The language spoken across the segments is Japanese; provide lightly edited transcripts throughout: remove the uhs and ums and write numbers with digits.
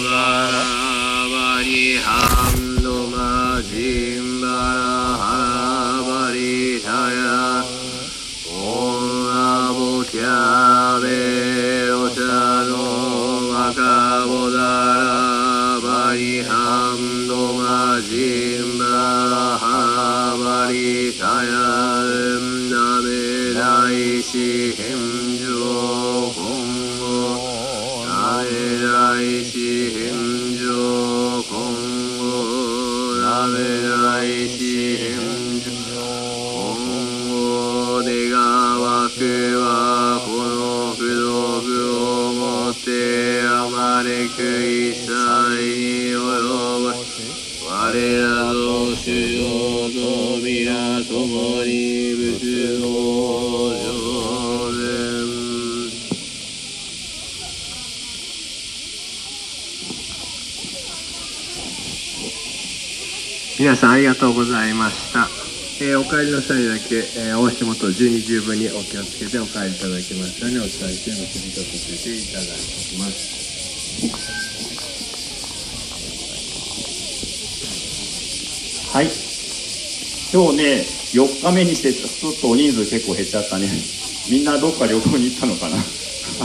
ラバリハンドマジンバラハラバリタヤオンラボキャベオチャノマカボダラバリハンドマジンバラハラバリタヤナメライシヘンジョコンゴナメライシヘンジョコンゴナメライシヘンジョコンゴ願わくはこの不道具をもってあまねく一切に及ぶ我らの主よと皆共に仏道上善。皆さんありがとうございました。お帰りの際だけ、お足元十二十分にお気をつけてお帰りいただきますようにお伝えして結びとさせていただきます。 はい。今日ね、4日目にしてちょっとお人数結構減っちゃったね。みんなどっか旅行に行ったのかな。はい。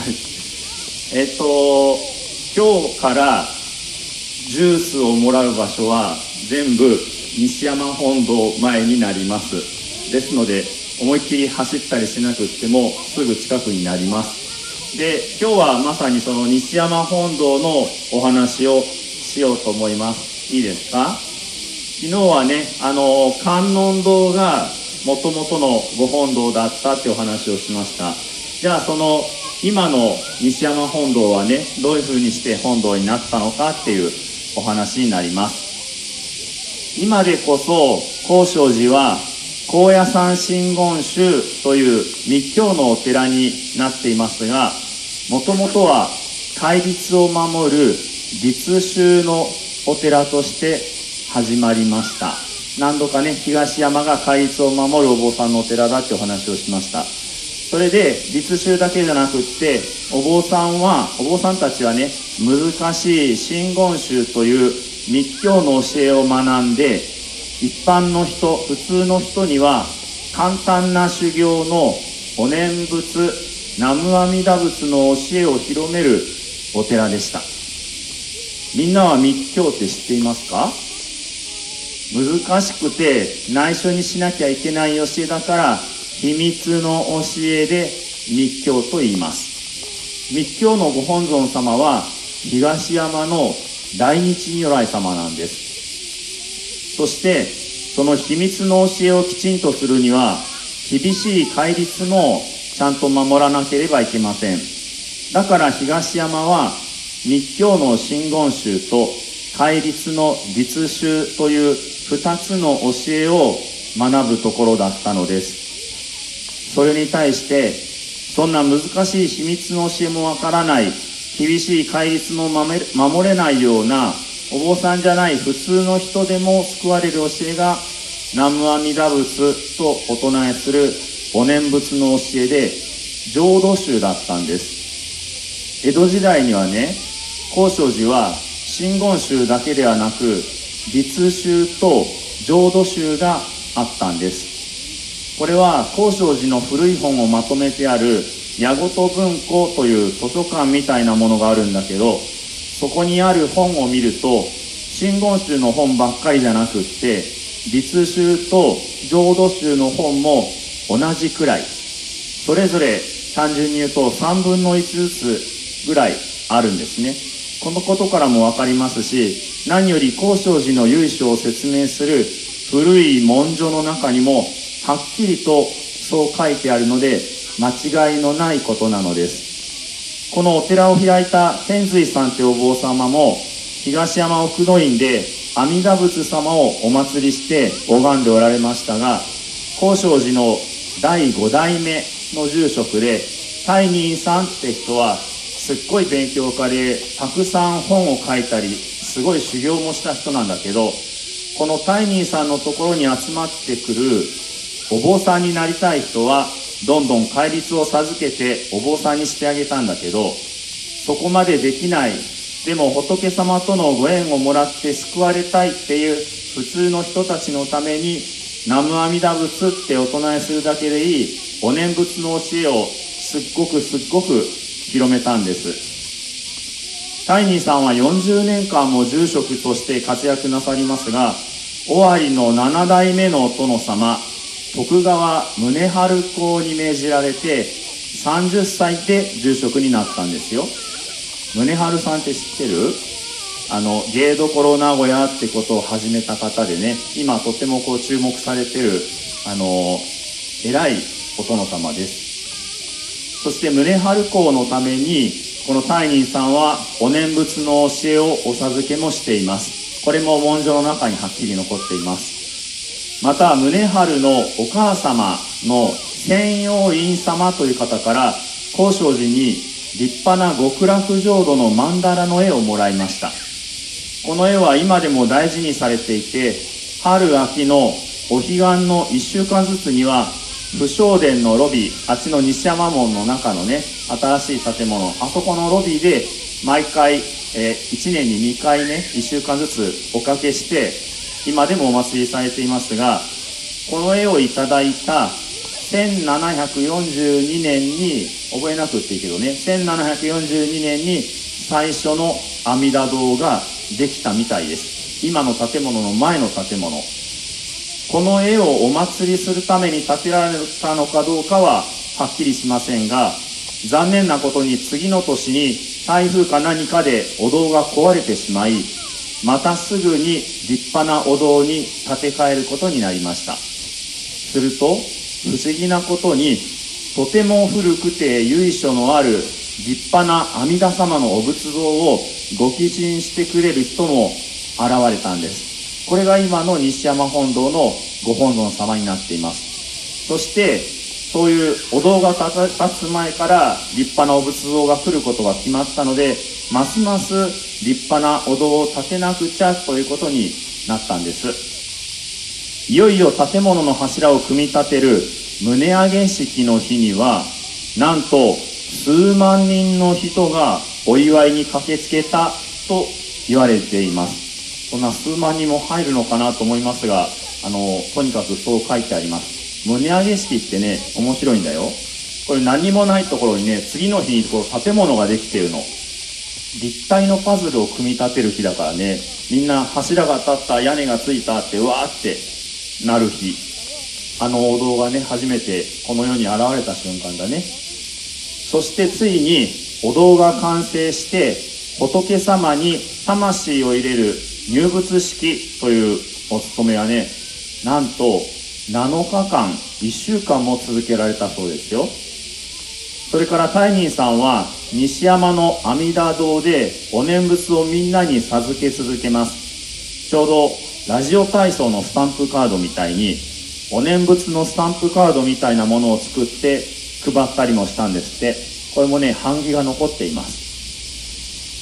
今日からジュースをもらう場所は全部西山本堂前になります。ですので、思いっきり走ったりしなくってもすぐ近くになります。で、今日はまさにその西山本堂のお話をしようと思います。いいですか？昨日はね、観音堂がもともとのご本堂だったってお話をしました。じゃあその今の西山本堂はね、どういうふうにして本堂になったのかっていうお話になります。今でこそ高尚寺は高野山真言宗という密教のお寺になっていますが、もともとは戒律を守る律宗のお寺として始まりました。何度かね、東山が戒律を守るお坊さんのお寺だってお話をしました。それで律宗だけじゃなくって、お坊さんたちはね、難しい真言宗という密教の教えを学んで、一般の人、普通の人には簡単な修行のお念仏、南無阿弥陀仏の教えを広めるお寺でした。みんなは密教って知っていますか？難しくて内緒にしなきゃいけない教えだから秘密の教えで密教と言います。密教のご本尊様は東山の大日如来様なんです。そしてその秘密の教えをきちんとするには厳しい戒律もちゃんと守らなければいけません。だから東山は密教の真言宗と戒律の律宗という2つの教えを学ぶところだったのです。それに対してそんな難しい秘密の教えもわからない、厳しい戒律も守れないようなお坊さんじゃない普通の人でも救われる教えが南無阿弥陀仏とお唱えするお念仏の教えで浄土宗だったんです。江戸時代にはね、高尚寺は真言宗だけではなく律宗と浄土宗があったんです。これは高尚寺の古い本をまとめてある矢事文庫という図書館みたいなものがあるんだけど、そこにある本を見ると真言宗の本ばっかりじゃなくって律宗と浄土宗の本も同じくらい、それぞれ単純に言うと3分の1ずつぐらいあるんですね。このことからもわかりますし、何より高尚寺の由緒を説明する古い文書の中にもはっきりとそう書いてあるので間違いのないことなのです。このお寺を開いた天瑞さんというお坊様も東山奥の院で阿弥陀仏様をお祭りして拝んでおられましたが、高尚寺の第5代目の住職で大仁さんって人はすっごい勉強家でたくさん本を書いたりすごい修行もした人なんだけど、この大仁さんのところに集まってくるお坊さんになりたい人はどんどん戒律を授けてお坊さんにしてあげたんだけど、そこまでできないでも仏様とのご縁をもらって救われたいっていう普通の人たちのために、南無阿弥陀仏ってお唱えするだけでいいお念仏の教えをすっごく広めたんです。タイニーさんは40年間も住職として活躍なさりますが、尾張の7代目のお殿様徳川宗春公に命じられて30歳で住職になったんですよ。宗春さんって知ってる？芸どころ名古屋ってことを始めた方でね、今とても注目されてる偉いお殿様です。そして宗春公のためにこの大仁さんはお念仏の教えをお授けもしています。これも文書の中にはっきり残っています。また宗春のお母様の千陽院様という方から高尚寺に立派な極楽浄土の曼荼羅の絵をもらいました。この絵は今でも大事にされていて、春秋のお彼岸の1週間ずつには不正殿のロビー、あっちの西山門の中のね新しい建物、あそこのロビーで毎回、1年に2回ね1週間ずつおかけして今でもお祭りされていますが、この絵をいただいた1742年に、覚えなくっていいけどね、1742年に最初の阿弥陀堂ができたみたいです。今の建物の前の建物。この絵をお祭りするために建てられたのかどうかははっきりしませんが、残念なことに次の年に台風か何かでお堂が壊れてしまい、またすぐに立派なお堂に建て替えることになりました。すると不思議なことに、とても古くて由緒のある立派な阿弥陀様のお仏像をご寄進してくれる人も現れたんです。これが今の西山本堂のご本尊様になっています。そしてそういうお堂が建つ前から立派なお仏像が来ることが決まったので、ますます立派なお堂を建てなくちゃということになったんです。いよいよ建物の柱を組み立てる棟上げ式の日には、なんと数万人の人がお祝いに駆けつけたと言われています。そんな数万人も入るのかなと思いますが、とにかくそう書いてあります。棟上げ式ってね、面白いんだよ。これ何もないところにね、次の日に建物ができているの。立体のパズルを組み立てる日だからね、みんな柱が立った、屋根がついたってわーってなる日。お堂がね、初めてこの世に現れた瞬間だね。そしてついにお堂が完成して、仏様に魂を入れる入仏式というお務めはね、なんと7日間、1週間も続けられたそうですよ。それから大仁さんは西山の阿弥陀堂でお念仏をみんなに授け続けます。ちょうどラジオ体操のスタンプカードみたいに、お念仏のスタンプカードみたいなものを作って配ったりもしたんですって。これもね、版木が残っています。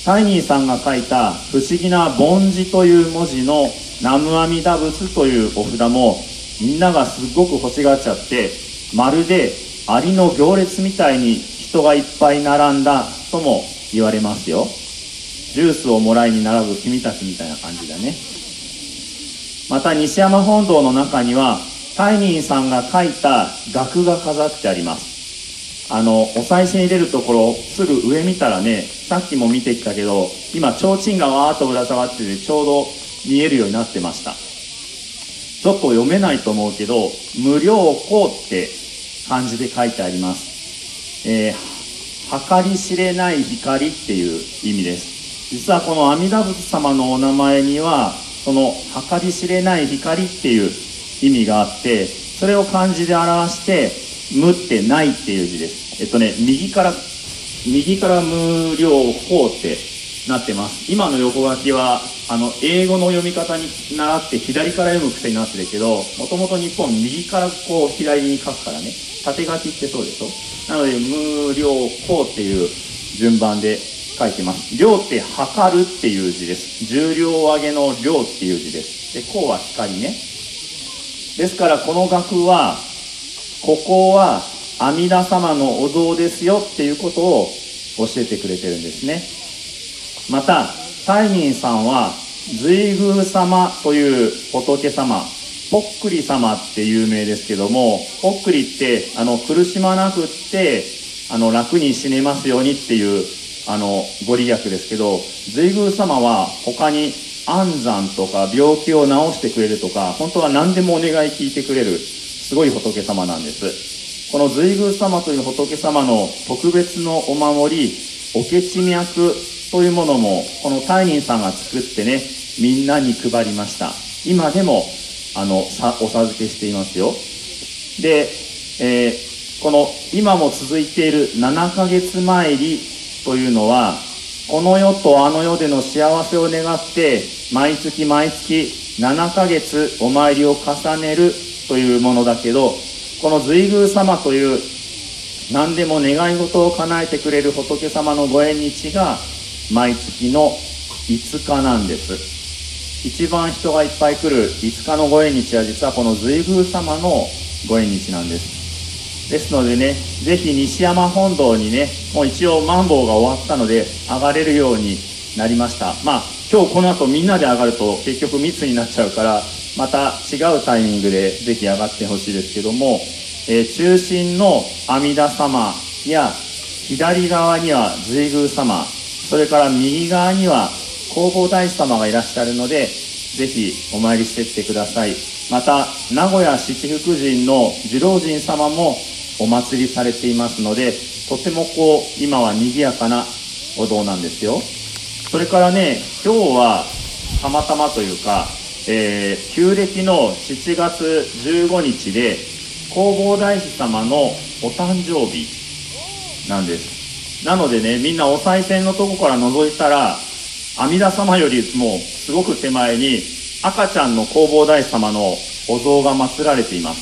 大仁さんが書いた不思議な梵字という文字の南無阿弥陀仏というお札も、みんながすっごく欲しがっちゃって、まるでアリの行列みたいに人がいっぱい並んだとも言われますよ。ジュースをもらいに並ぶ君たちみたいな感じだね。また西山本堂の中には大仁さんが書いた額が飾ってあります。お賽銭入れるところすぐ上見たらね、さっきも見てきたけど、今提灯がわーっとぶら下がっててちょうど見えるようになってました。ちょっと読めないと思うけど、無量光って漢字で書いてあります。計り知れない光っていう意味です。実はこの阿弥陀仏様のお名前には、その計り知れない光っていう意味があって、それを漢字で表して無ってないっていう字です。右から無量光ってなってます。今の横書きは英語の読み方に習って左から読む癖になってるけど、もともと日本右から左に書くからね、縦書きってそうでしょ。なので無量光っていう順番で書いてます。量って測るっていう字です。重量上げの量っていう字です。で、光は光ね。ですからこの額は、ここは阿弥陀様のお堂ですよっていうことを教えてくれてるんですね。また大人さんは随宮様という仏様、ぽっくり様って有名ですけども、ぽっくりって苦しまなくって楽に死ねますようにっていうご利益ですけど、随宮様は他に安産とか病気を治してくれるとか、本当は何でもお願い聞いてくれるすごい仏様なんです。この随宮様という仏様の特別のお守り、おけち脈というものもこの大人さんが作ってね、みんなに配りました。今でもお授けしていますよ。で、この今も続いている7ヶ月参りというのは、この世とあの世での幸せを願って毎月毎月7ヶ月お参りを重ねるというものだけど、この随宮様という何でも願い事を叶えてくれる仏様のご縁日が毎月の5日なんです。一番人がいっぱい来る5日のご縁日は実はこの随宮様のご縁日なんです。ですのでね、ぜひ西山本堂にね、もう一応マンボウが終わったので上がれるようになりました。今日この後みんなで上がると結局密になっちゃうから、また違うタイミングでぜひ上がってほしいですけども、中心の阿弥陀様や左側には随宮様、それから右側には弘法大師様がいらっしゃるので、ぜひお参りしてってください。また名古屋七福神の寿老神様もお祭りされていますので、とても今は賑やかなお堂なんですよ。それからね、今日はたまたまというか、旧暦の7月15日で弘法大師様のお誕生日なんです。なのでね、みんなお賽銭のとこから覗いたら、阿弥陀様よりもすごく手前に赤ちゃんの弘法大師様のお像が祀られています。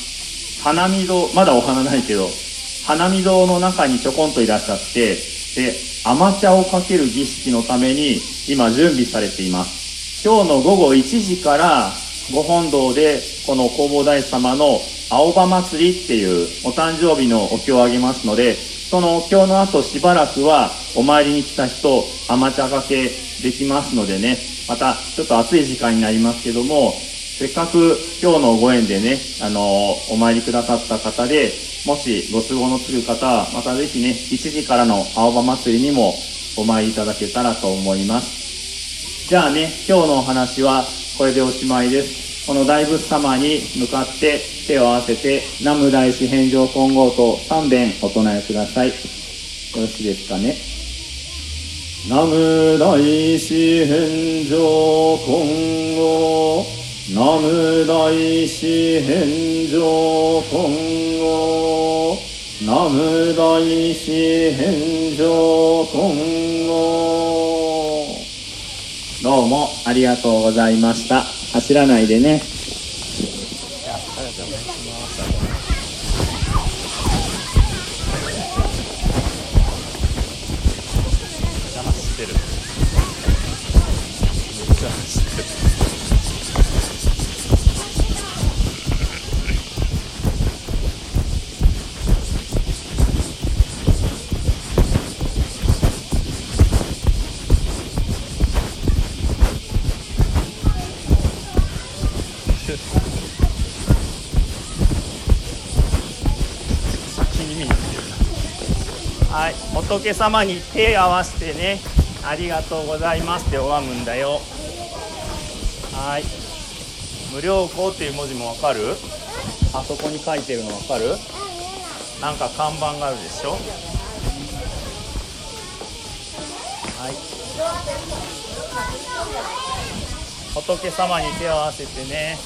花見堂、まだお花ないけど、花見堂の中にちょこんといらっしゃって、で、甘茶をかける儀式のために今準備されています。今日の午後1時からご本堂でこの弘法大師様の青葉祭りっていうお誕生日のお経をあげますので、そのお経の後しばらくはお参りに来た人甘茶かけできますのでね、またちょっと暑い時間になりますけども、せっかく今日のご縁でね、お参りくださった方で、もしご都合のつく方はまたぜひね、1時からの青葉祭りにもお参りいただけたらと思います。じゃあね、今日のお話はこれでおしまいです。この大仏様に向かって手を合わせて南無大師返上金剛と3遍お唱えください。よろしいですかね。南無大師返上金剛、南無大師返上金剛、南無大師返上金剛。どうもありがとうございました。走らないでね。はい、仏様に手を合わせてね、ありがとうございますって拝むんだよ。はい、無料校っていう文字もわかる？あそこに書いてるのわかる？なんか看板があるでしょ。はい、仏様に手を合わせてね。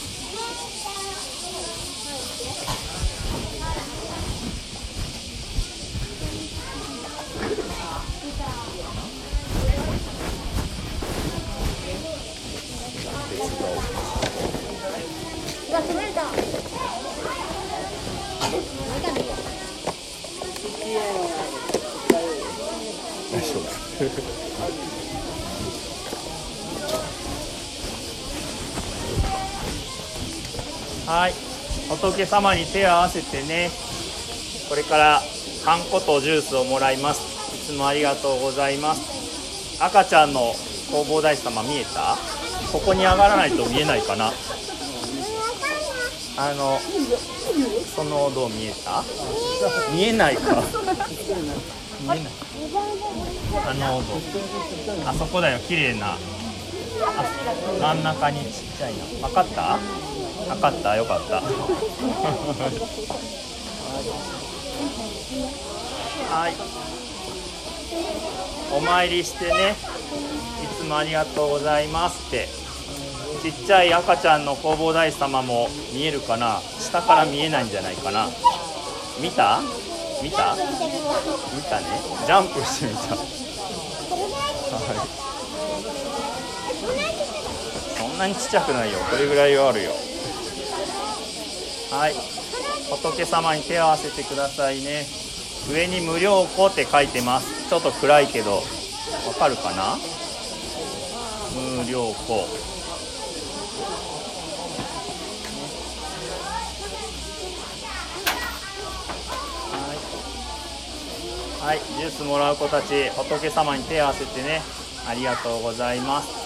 はい、仏様に手を合わせてね、これからパン粉とジュースをもらいます。いつもありがとうございます。赤ちゃんの弘法大師様見えた？ここに上がらないと見えないかな。そのお堂見えた？見えないか。見えない。お堂。あそこだよ、綺麗な。真ん中にちっちゃいの。分かった？分かった、よかった。はい。お参りしてね。いつもありがとうございますって。ちっちゃい赤ちゃんの弘法大師様も見えるかな。下から見えないんじゃないかな。見た？見た？見たね。ジャンプしてみた。はい。そんなにちっちゃくないよ。これぐらいはあるよ。はい。仏様に手を合わせてくださいね。上に無量庫って書いてます。ちょっと暗いけどわかるかな。無量庫。はい、ジュースもらう子たち、仏様に手を合わせてね、ありがとうございますって。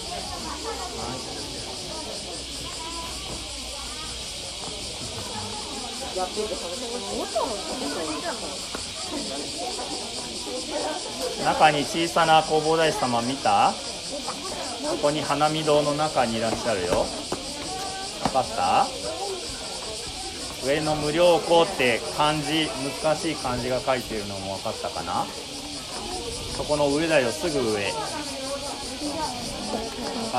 中に小さな弘法大師様見た？ここに花見堂の中にいらっしゃるよ。分かった？上の無量庫って漢字、難しい漢字が書いてるのも分かったかな。そこの上だよ、すぐ上。分かった？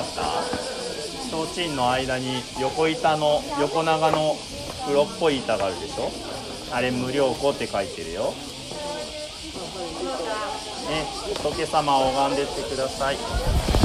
提灯の間に横長の黒っぽい板があるでしょ。あれ無量庫って書いてるよ。ね、仏様を拝んでってください。